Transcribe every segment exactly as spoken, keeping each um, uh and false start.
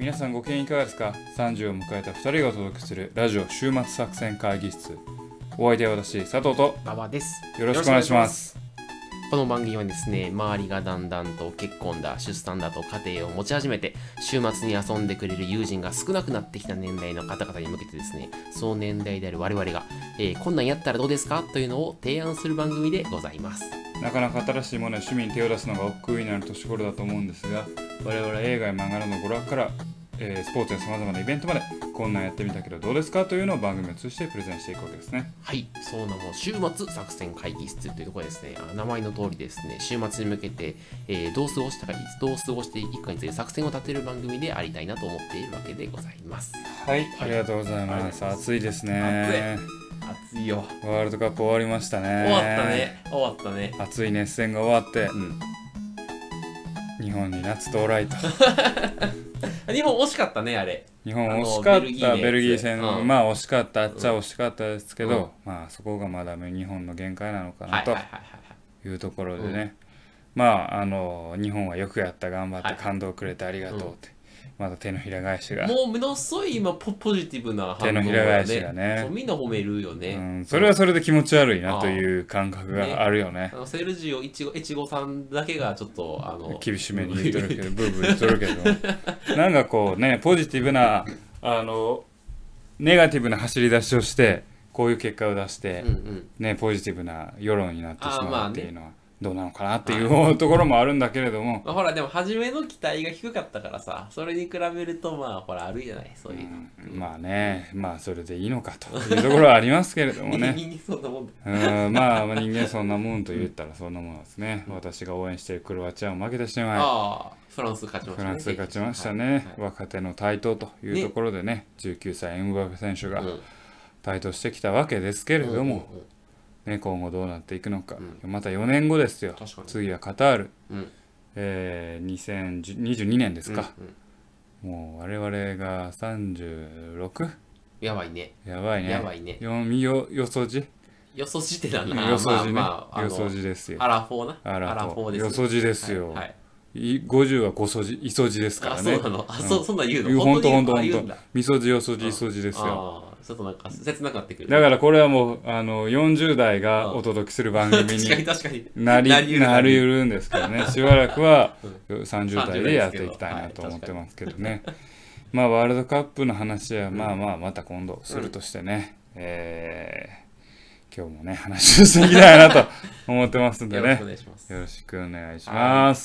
皆さんご機嫌いかがですか？さんじゅうを迎えたふたりがお届けするラジオ週末作戦会議室。お相手は私佐藤と馬場です。 よろしくお願いします。 この番組はですね、周りがだんだんと結婚だ出産だと家庭を持ち始めて、週末に遊んでくれる友人が少なくなってきた年代の方々に向けてですね、その年代である我々が、えー、こんなんやったらどうですかというのを提案する番組でございます。 なかなか新しいものや趣味に手を出すのが億劫になる年頃だと思うんですが、我々映画や漫画などの娯楽から、えー、スポーツやさまざまなイベントまでこんなんやってみたけどどうですかというのを番組を通じてプレゼンしていくわけですね。 はい、その名も週末作戦会議室というところですね。名前の通りですね、週末に向けて、えー、どう過ごしたかどう過ごしていくかについて作戦を立てる番組でありたいなと思っているわけでございます。 はい、ありがとうございます。暑いですね。 暑いよ。 ワールドカップ終わりましたね。 終わったね。終わったね。 熱い熱戦が終わって、うん、日本に夏到来と日本惜しかったね、あれ。 日本惜しかったベルギー戦、うん、まあ惜しかったあっちゃ惜しかったですけど、うん、まあそこがまだ日本の限界なのかなというところでね、うん、まああの日本はよくやった頑張って感動をくれてありがとうって、はい、うんまだ手のひら返しがもうものすごい今 ポ, ポジティブな反応が、ね、 手のひら返しがねそうみんな褒めるよね、 うん、それはそれで気持ち悪いなという感覚があるよね。 ねあのセルジオいちごさんだけがちょっとあの厳しめに言っとるけどブーブー言っとるけどなんかこうねポジティブなあのネガティブな走り出しをしてこういう結果を出して、うんうんね、ポジティブな世論になってしまうっていうのはどうなのかなっていうところもあるんだけれども、 まあ、ほらでも初めの期待が低かったからさそれに比べるとまあほらあるじゃないそういうの、 うん、まあねまあそれでいいのかというところはありますけれどもね人間そんなもんうんまあ人間そんなもんと言ったらそんなもんですね、うん、私が応援しているクロアチアを負けてしまいあフランス勝ちましたね。 フランス勝ちましたね、はいはい、若手の台頭というところでね、ねじゅうきゅうさいエムバペ選手が台頭してきたわけですけれども、うんうんうんね、今後どうなっていくのか、うん、またよねんごですよ。次はカタール、うんえー、にせんにじゅうにねんですか、うんうん、もう我々が さんじゅうろく? やばいねやばいねやばいねよよよそじよそじってなんだよそじね、 まあまあ、 よそじですよアラフォーなアラフォーですよそじですよ、はいはいごじゅうはごそじ、いそじですからね。 あ、そうなのあ、うん、そ, そんなん言うのほんとほんとほんと。みそじ、よそじ、いそじですよ。 ああ、ちょっとなんか切なくなってくる。 だからこれはもう、あの、よんじゅう代がお届けする番組になり、なりうるんですけどね。しばらくはさんじゅう代でやっていきたいなと思ってますけどね。まあ、ワールドカップの話は、まあまあ、また今度するとしてね。うん、えー、今日もね、話をしていきたいなと思ってますんでね。よろしくお願いします。よろしくお願いします。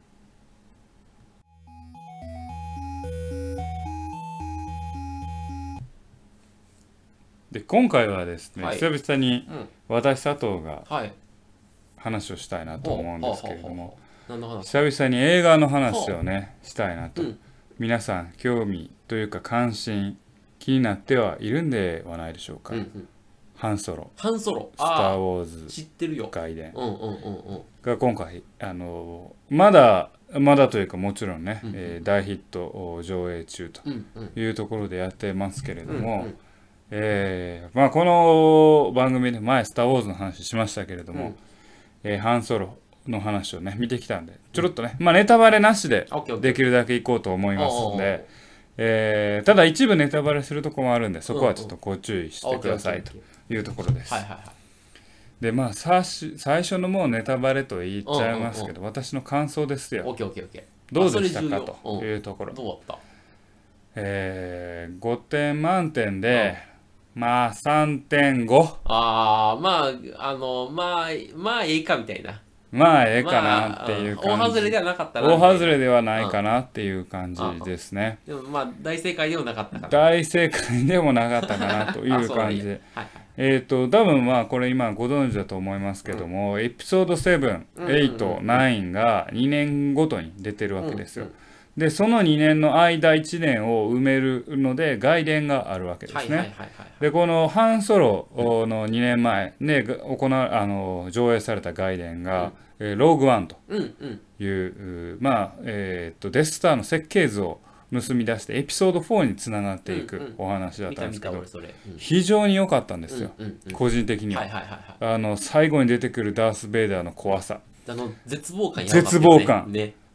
で今回はですね、はい、久々に私佐藤が話をしたいなと思うんですけれども、久々に映画の話をねしたいなと、うん、皆さん興味というか関心気になってはいるんではないでしょうか、うんうん、ハンソロハンソロスター・ウォーズ知ってるよ外伝うんうんうんうん、 が今回あのまだまだというかもちろんね、うんうんえー、大ヒット上映中というところでやってますけれども、うんうんえーまあ、この番組で前スター・ウォーズの話しましたけれども、うんえー、ハンソロの話をね見てきたんでちょろっとね、まあ、ネタバレなしでできるだけいこうと思いますので、えー、ただ一部ネタバレするところもあるんでそこはちょっとご注意してくださいというところです。でまあ最初のもうネタバレと言っちゃいますけど私の感想ですよ。どうでしたかというところ。 どうだった？ えー、ごてん満点でまあ さんてんごああまああのまあまあええかみたいなまあええかなっていう感じ、 まあ、大外れではなかったな大外れではないかなっていう感じですね、 うん、でもまあ大正解でもなかったかな大正解でもなかったかなという感じではい、えっ、ー、と多分まあこれ今ご存知だと思いますけども、うん、エピソードセブン、エイト、ナインがにねんごとに出てるわけですよ、うんうんでそのにねんの間いちねんを埋めるので外伝があるわけですね。でこのハンソロのにねんまえで行わあの上映された外伝が、うんえー、ローグワンという、うんうん、まあえー、っとデススターの設計図を盗み出してエピソードフォーにつながっていくお話だったんですけど、非常に良かったんですよ、うんうんうん、個人的には、はいはいはいはい、あの最後に出てくるダース・ベイダーの怖さあの絶望感やばかったよね、絶望感、 ね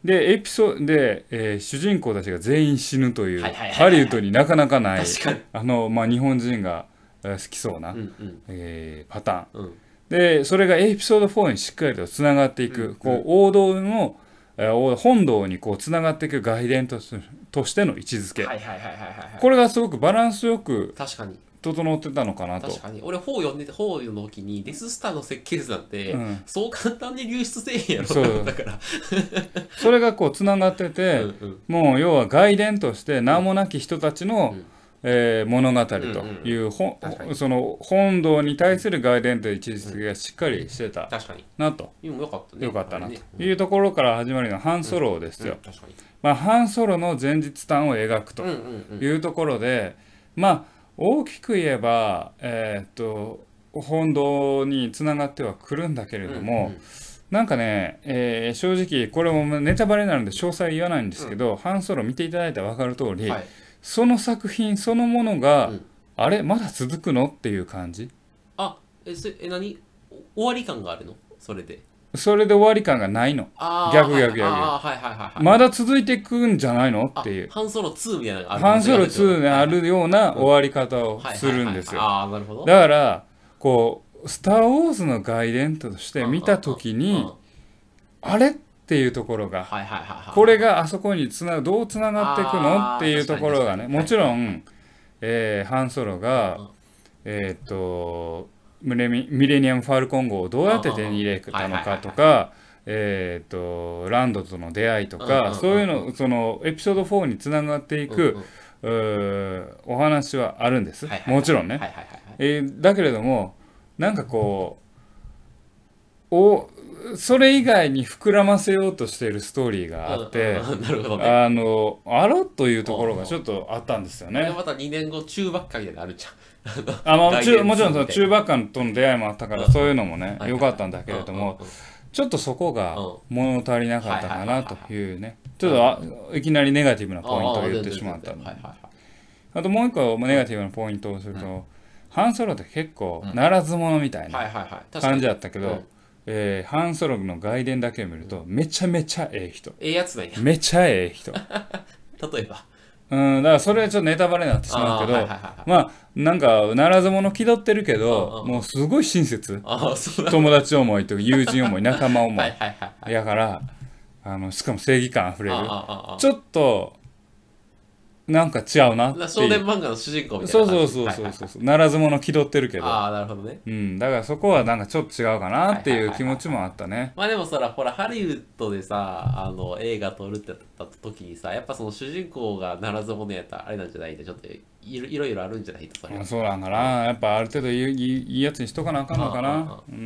でエピソードで、えー主人公たちが全員死ぬというハリウッドになかなかないあの、まあ、日本人が好きそうな、うんうんえーパターン、うん、でそれがエピソードフォーにしっかりとつながっていく、うんうん、こう王道の本堂にこうつながっていく外伝としての位置づけ、これがすごくバランスよく整ってたのかなと。 確かに俺本読んでて本読んだ時にデススターの設計図なんて、うん、そう簡単に流出せえへんやろそうだからそれがこうつながっててうん、うん、もう要は外伝として名もなき人たちの、うんえー、物語という、うんうん、その本堂に対する外伝という位置づけがしっかりしてたなと、 うん、よかったね、 よかったなというところから始まりのハンソロですよ、うんうん、まあ、ハンソロの前日譚を描くというところで、まあ大きく言えば、えー、っと本堂につながってはくるんだけれども、うんうん、なんかね、えー、正直これもネタバレになるんで詳細言わないんですけど、うん、ハンソロ見ていただいたら分かる通り、はい、その作品そのものが、うん、あれまだ続くのっていう感じ。 あえそえ何終わり感があるのそれでそれで終わり感がないの。逆逆逆。まだ続いていくんじゃないのっていう。 ハンソロツーみたいなのがある。 ハンソロツーにあるような終わり方をするんですよ。だから、こう、スター・ウォーズの外伝として見たときに、あれっていうところが、これがあそこにつなどうつながっていくのっていうところがね、もちろん、えー、ハンソロが、えっと、ミレニアム・ファルコン号をどうやって手に入れたのかとか、えー、とランドとの出会いとか、そういうのそのエピソードフォーにつながっていく、うんうん、お話はあるんです、もちろんね、えー、だけれどもなんかこうおそれ以外に膨らませようとしているストーリーがあって、あのあらというところがちょっとあったんですよね。 またにねんご中ばっかりであるじゃんあ、まあ、中もちろんその中ばっかとの出会いもあったからそういうのもね良かったんだけれども、ちょっとそこが物足りなかったかなというね、ちょっといきなりネガティブなポイントを言ってしまったので、あともう一個ネガティブなポイントをすると、ハンソロって結構ならず者みたいな感じだったけど、えー、ハンソロの外伝だけを見るとめちゃめちゃええ人、 ええやつなんや、 めちゃええ人例えばうん、だからそれはちょっとネタバレになってしまうけど、はいはいはい、まあなんかならず者気取ってるけど、もうすごい親切、友達思いとか友人思い仲間思いやからあのしかも正義感あふれる、ちょっとなんか違うなっていう、 少年漫画の主人公みたいな感じ、 そうそうそうそうそう、はい、ならず者気取ってるけど、 ああなるほどね、 うん、だからそこはなんかちょっと違うかなっていう気持ちもあったね。 まあでもそらほらハリウッドでさあの映画撮るってなった時にさやっぱその主人公がならず者やったらあれなんじゃないってちょっといろいろいろあるんじゃないと、それはそうなんかな、やっぱある程度いい、いいやつにしとかなあかんのかな。うん、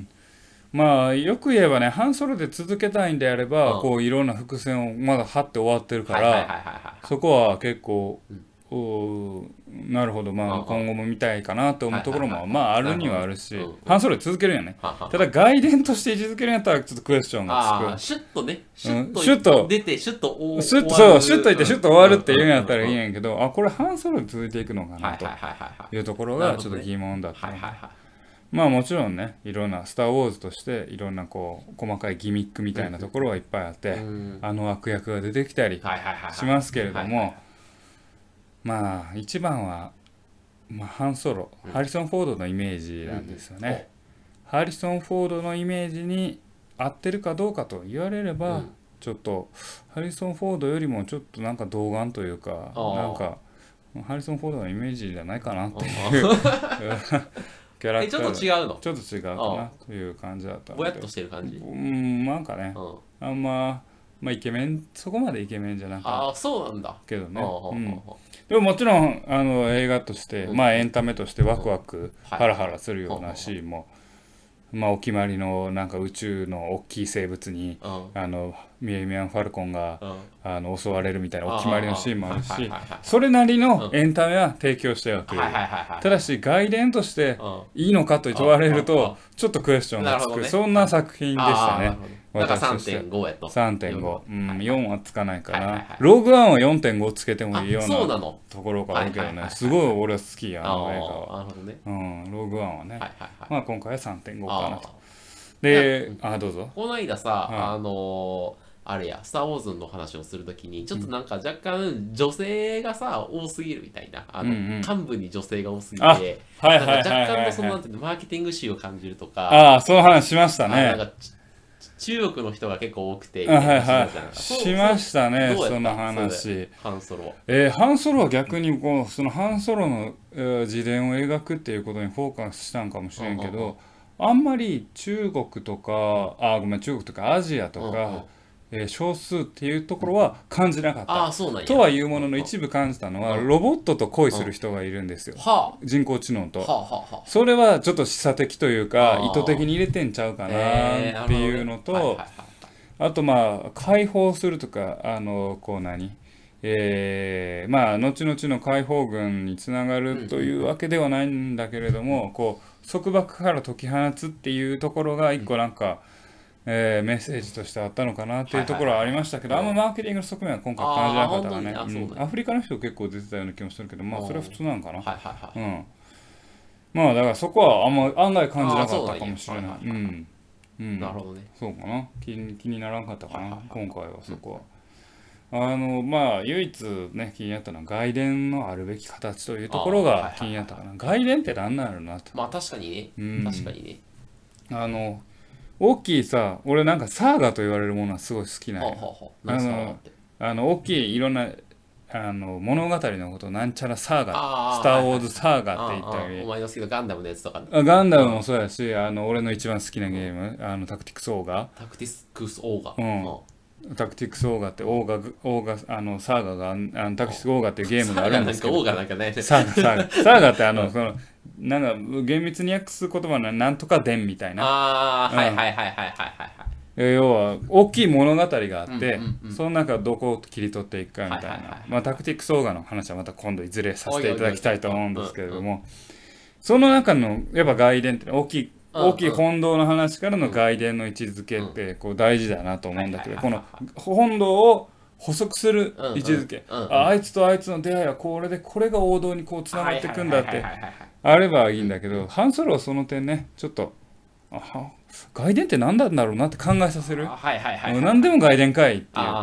まあよく言えばね、ハンソロで続けたいんであれば、うん、こういろんな伏線をまだ張って終わってるから、そこは結構、うん、おなるほど、まあ今後も見たいかなと思うところもまああるにはあるし、ハンソロで続けるんやね。ただ外伝として位置づけるんやったらちょっとクエスチョンがつく。 シュッとね、シュッと出てシュッと終わる。 シュッとそう、シュッといってシュッと終わるっていうんやったらいいんやけど、あこれハンソロで続いていくのかなというところがちょっと疑問だった。まあもちろんね、いろんなスター・ウォーズとしていろんなこう細かいギミックみたいなところはいっぱいあって、あの悪役が出てきたりしますけれども、まあ一番は、まあ、ハンソロ、ハリソン・フォードのイメージなんですよね。ハリソン・フォードのイメージに合ってるかどうかと言われれば、ちょっとハリソン・フォードよりもちょっとなんか童顔というか、なんかハリソン・フォードのイメージじゃないかなっていうキャラクターがちょっと違うのちょっと違うかなという感じだったので、 ぼやっとしてる感じ、 うんなんかね、あんままあイケメンそこまでイケメンじゃなかったああそうなんだけどね、うん、でももちろんあの映画として、うん、まあエンタメとしてワクワク、うん、ハラハラするようなシーンも、まあお決まりのなんか宇宙の大きい生物に、うん、あのミレニアム・ファルコンが、うん、あの襲われるみたいなお決まりのシーンもあるし、それなりのエンタメは提供したよという、ただし外伝としていいのかと問われるとちょっとクエスチョンがつく、ね、そんな作品でしたね。 だから さんてんご やとさんてんご、うん、よんはつかないかな、はいはいはい、ローグワンは よんてんご つけてもいいようなところがあるけどね、すごい俺は好きやあの映画は。なるほどね、うん、ローグワンはね、はいはいはい、まあ今回は さんてんご かなと。で、あどうぞ。 この間さ、はい、あのーあれやスター・ウォーズの話をするときにちょっとなんか若干女性がさ多すぎるみたいなあの、うんうん、幹部に女性が多すぎて、はいはいはいはいはい、 若干のそのなんていうのマーケティング集を感じるとか、 ああその話しましたね。 なんか中国の人が結構多くて、 はいはい、しましたね、その話。 ハンソロ、 えー、ハンソロは逆にこうそのハンソロの、えー、自伝を描くっていうことにフォーカスしたんかもしれんけど、うんうんうん、あんまり中国とか、あ、ごめん、中国とかアジアとか、うんうん、えー、少数っていうところは感じなかった。 あ、そうなんや。 とはいうものの一部感じたのは、うん、ロボットと恋する人がいるんですよ。うん、人工知能と、はあはあ。それはちょっと示唆的というか、意図的に入れてんちゃうかなっていうのと、あとまあ解放するとか、あのこう何えー、まあ後々の解放軍につながるというわけではないんだけれども、こう束縛から解き放つっていうところが一個なんか、えー、メッセージとしてあったのかなっていうところはありましたけど、あんまマーケティングの側面は今回感じなかったからね、うん、アフリカの人結構出てたような気もするけど、まあそれは普通なのかな、はいはいはい、うん、まあだからそこはあんま案外感じなかったかもしれない。うん、うん、なるほどね。そうかな、気に、気にならんかったかな、はいはいはい、今回はそこは。うん、あのまあ唯一ね気になったのは外伝のあるべき形というところが気になったかな。外伝って何なんやろなと。 まあ確かにね、うん、確かにね。 あの大きいさ、俺なんかサーガと言われるものはすごい好きなんや。あのあの大きいいろんなあの物語のことをなんちゃらサーガ、スター・ウォーズサーガって言ったり、 お前の好きなガンダムのやつとか、ね、 ガンダムもそうやし、あの俺の一番好きなゲーム、あのタクティクスオーガ、 タクティクスオーガ、 うん、タクティクスオーガってオーガオーガあのサーガがあのタクティクスオーガっていうゲームがあるんですけど、 サーガなんかオーガなんかね、 サーガサーガサーガってあのそのなんか厳密に訳す言葉のなんとか伝みたいな、 ああ、うん、はいはいはいはいはいはい、 要は大きい物語があって、うんうんうん、その中どこを切り取っていくかみたいな、はいはいはいはい、まあ、タクティクスオーガの話はまた今度いずれさせていただきたいと思うんですけれども、その中のやっぱ外伝って大きい大きい本堂の話からの外伝の位置づけってこう大事だなと思うんだけど、この本堂を補足する位置づけ、あいつとあいつの出会いはこれでこれが王道にこうつながっていくんだってあればいいんだけど、ハンソロはその点ねちょっとあ外伝って何なんだろうなって考えさせる、はいはいはいはい、何でも外伝かいっていう、うん、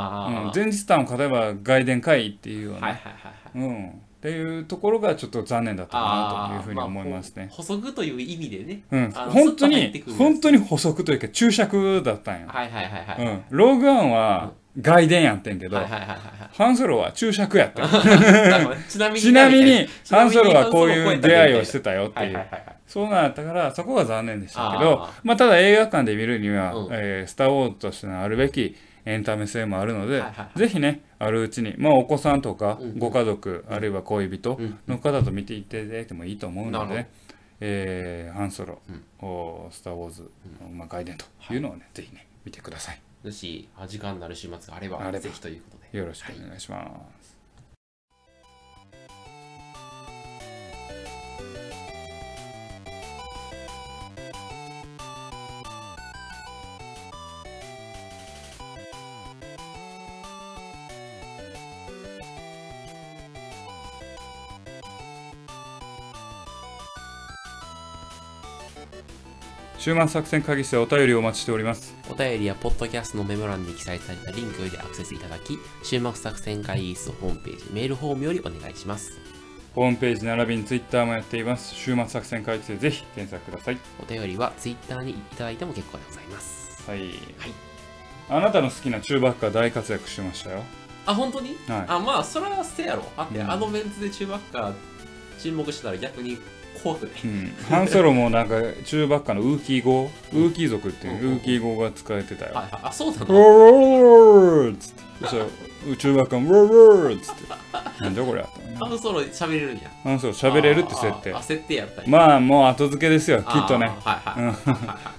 前日談を語れば外伝かいっていうような、はいはいはいはい、うん、っていうところがちょっと残念だったかなというふうに思いますね。 まあ、補足という意味でね、 うん、本当に本当に補足というか注釈だったんよ。はいはいはいはい、うん、ローグワンは外伝やってんけど、はいはいはいはい、ハンソロは注釈やったちなみにちなみにハンソロはこういう出会いをしてたよっていう、はいはいはいはい、そうなったからそこが残念でしたけど、まあ、ただ映画館で見るには、うん、えー、スター・ウォーズとしてのあるべきエンタメ性もあるので、はいはいはい、ぜひねあるうちに、まあ、お子さんとかご家族、うん、あるいは恋人の方と見ていただいてもいいと思うので、ね、えー、ハンソロ、うん、スター・ウォーズ、うん、まあ、外伝というのをね、はい、ぜひね見てください。 もし時間になる週末があれば、あればぜひということでよろしくお願いします、はい。週末作戦会議室でお便りをお待ちしております。 お便りはポッドキャストのメモ欄に記載されたリンクよりアクセスいただき、週末作戦会議室ホームページメールフォームよりお願いします。 ホームページ並びにツイッターもやっています。週末作戦会議室でぜひ検索ください。 お便りはツイッターにいただいても結構でございます。 はい、はい、あなたの好きなチューバッカー大活躍してましたよ。 あ、本当に、はい、あ、まあそれはせやろ。あって、うん、あのメンツでチューバッカー沈黙したら逆に怖くね、 うん、ハンソロもなんかチューバッカーのウーキー語、ウーキー族っていうウーキー語が使えてたよ。 はいはい、あ、そうなの？ ローローローっつって、そうチューバッカーもローローっつってなんじゃこりゃ。 ハンソロ喋れるんや。 ハンソロ喋れるって設定。 あ、設定やったんや。 まあもう後付けですよ、きっとね。 はいはい。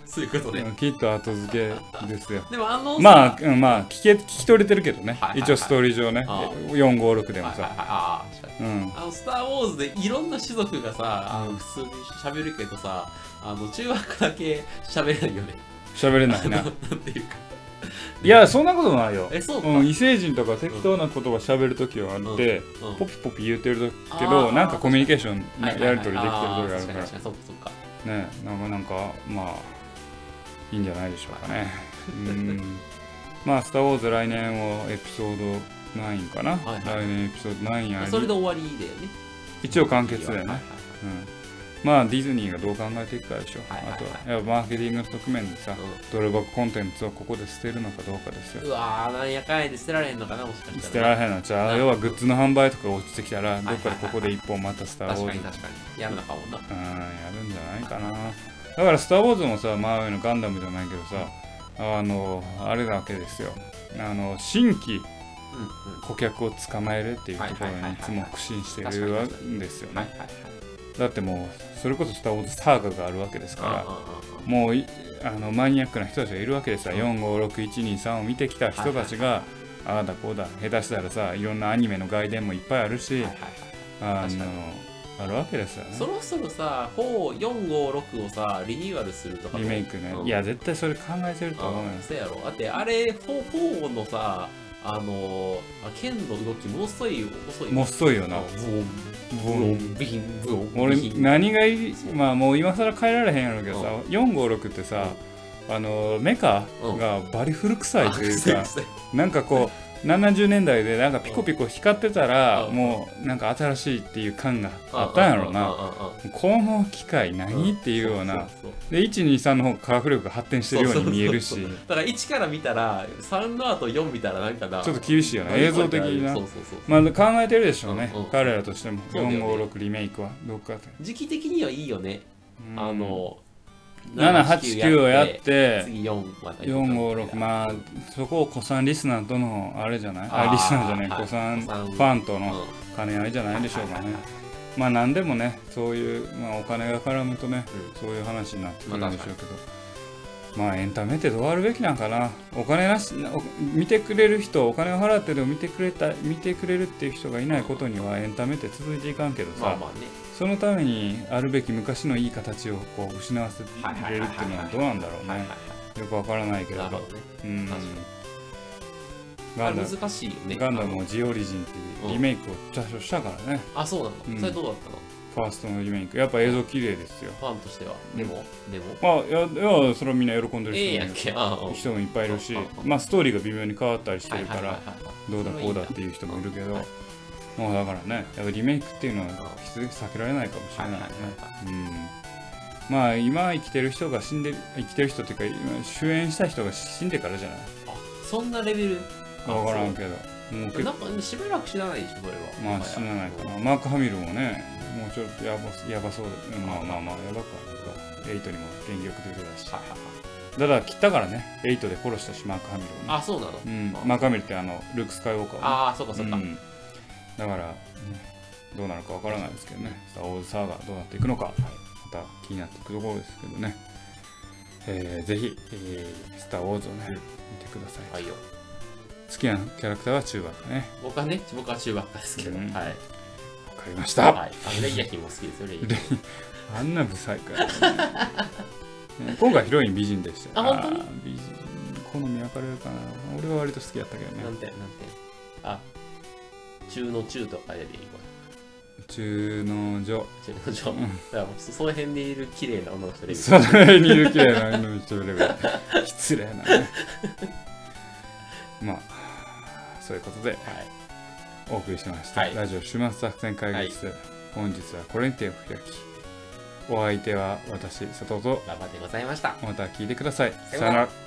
そういうことね。 きっと後付けですよ。 でもあのまあ、まあ聞け聞き取れてるけどね、一応ストーリー上ね、よんごろくでもさ。 ああ、うん、あのスター・ウォーズでいろんな種族がさ、あの普通に喋るけどさ、あの中学だけ喋れないよね。 喋れないな。 なんていうか。 いや、そんなことないよ。 え、そうか、 うん、異星人とか適当な言葉喋るときはあって、うんうん、ポピポピ言ってるけど、なんかコミュニケーションやり取りできてるときがあるから。そうかそうか。ね、なんかなんかまあいいんじゃないでしょうかね。うん。 まあスター・ウォーズ来年をエピソードナインかな、はいはい、来年エピソードナインやりそれで終わりだよね一応完結だよね、はいはいはいうん、まあディズニーがどう考えていくかでしょ、はいはいはい、あとはやっぱマーケティングの側面でさ、うん、ドル箱コンテンツをここで捨てるのかどうかですよ。 うわーなんやかんやで捨てられへんのかなもしかしたら捨てられへんのじゃあ要はグッズの販売とか落ちてきたらどっかでここで一本またスター・ウォーズ確かに確かにやるのかもなうんやるんじゃないかな。だからスター・ウォーズもさ前のガンダムじゃないけどさあのあれだけですよあの新規顧客を捕まえるっていうところにいつも苦心してるんですよね。だってもうそれこそスター・ウォーズサーガがあるわけですからもうあのマニアックな人たちがいるわけですよ。よんごろくいちにさんを見てきた人たちがああだこうだ下手したらさいろんなアニメの外伝もいっぱいあるしあのあるわけですよね。 そろそろさよんごろくをさリニューアルするとかリメイクね、うん、いや絶対それ考えてると思うよ。 そうやろだってあれよんのさあの剣の動きものすごい遅いもっそいよな。 ブンビンブン俺何がいいまあもう今更変えられへんやろうけどさよんごろくってさあのメカがバリ古臭いというかなんかこうななじゅうねんだいでなんかピコピコ光ってたらもうなんか新しいっていう感があったんやろな。この機械何っていうようなでいちにさんの方が科学力が発展してるように見えるしだからいちから見たらさんの後よん見たらなんかなちょっと厳しいよね映像的になまあ考えてるでしょうね彼らとしてもよんごろくリメイクはどっかで時期的にはいいよねあのななはちきゅうをやって次よんよんごろくまあそこを子さんリスナーとのあれじゃないあリスナーじゃない子さんファンとの兼ね合いじゃないでしょうかね。まあ何でもねそういう、まあ、お金が絡むとね、うん、そういう話になってくるんでしょうけどまあエンタメってどうあるべきなんかな。お金なし見てくれる人お金を払ってでも見てくれた見てくれるっていう人がいないことにはエンタメって続いていかんけどさ、まあまあね、そのためにあるべき昔のいい形をこう失わせれるっていうのはどうなんだろうね。よくわからないけれど、ね、うんガンダム難しいよね。 ガンダムもジオリジンっていうリメイクを多少したからね。 あ、そうなの、うん、それどうだったの？ ファーストのリメイクやっぱ映像綺麗ですよ。 ファンとしては。でも、うん、でもまあいやいやそれはみんな喜んでる人も、 えー、 人もいっぱいいるし、まあストーリーが微妙に変わったりしてるからどうだこうだっていう人もいるけど、もうだからねやっぱリメイクっていうのは必然避けられないかもしれないね。うん。まあ今生きてる人が死んで生きてる人っていうか主演した人が死んでからじゃない。 あ、そんなレベル。 わからんけど。 もうなんかしばらく死なないでしょそれは。まあ死なないかな。マーク・ハミルもねもうちょっとやばやばそうで、まあまあまあやばくはないか。エイトにも元気よく出てたし。だから切ったからねエイトで殺したしマーク・ハミルをね。 あ、そうなの。 うん。マーク・ハミルってあのルーク・スカイウォーカー。 ああ、そうかそうか。 だからどうなるかわからないですけどね。スター・ウォーズサーガどうなっていくのかまた気になっていくところですけどね。えー、ぜひ、えー、スター・ウォーズをね、うん、見てください。 はいよ。 好きなキャラクターはチューバッカね。 僕はね、僕はチューバッカですけど、うん、はい。わかりました。 はい。あのレイヤヒも好きですよ、レイヤヒ。 あんなブサイクやね。今回ヒロイン美人でした。 あ、本当に？ 美人、好み分かれるかな。俺は割と好きやったけどね。 なんて、なんて。あ、中の中とかでいいこれ。中の女。 中の女。うん、だからもうその辺にいる綺麗な女の人レベル。 その辺にいる綺麗な女の人レベル。失礼なね。まあそういうことで、はい、お送りしました、はい、ラジオ終末作戦会議室、はい、本日はこれにてお開き。お相手は私佐藤と馬場でございました。 また聞いてください。さよなら。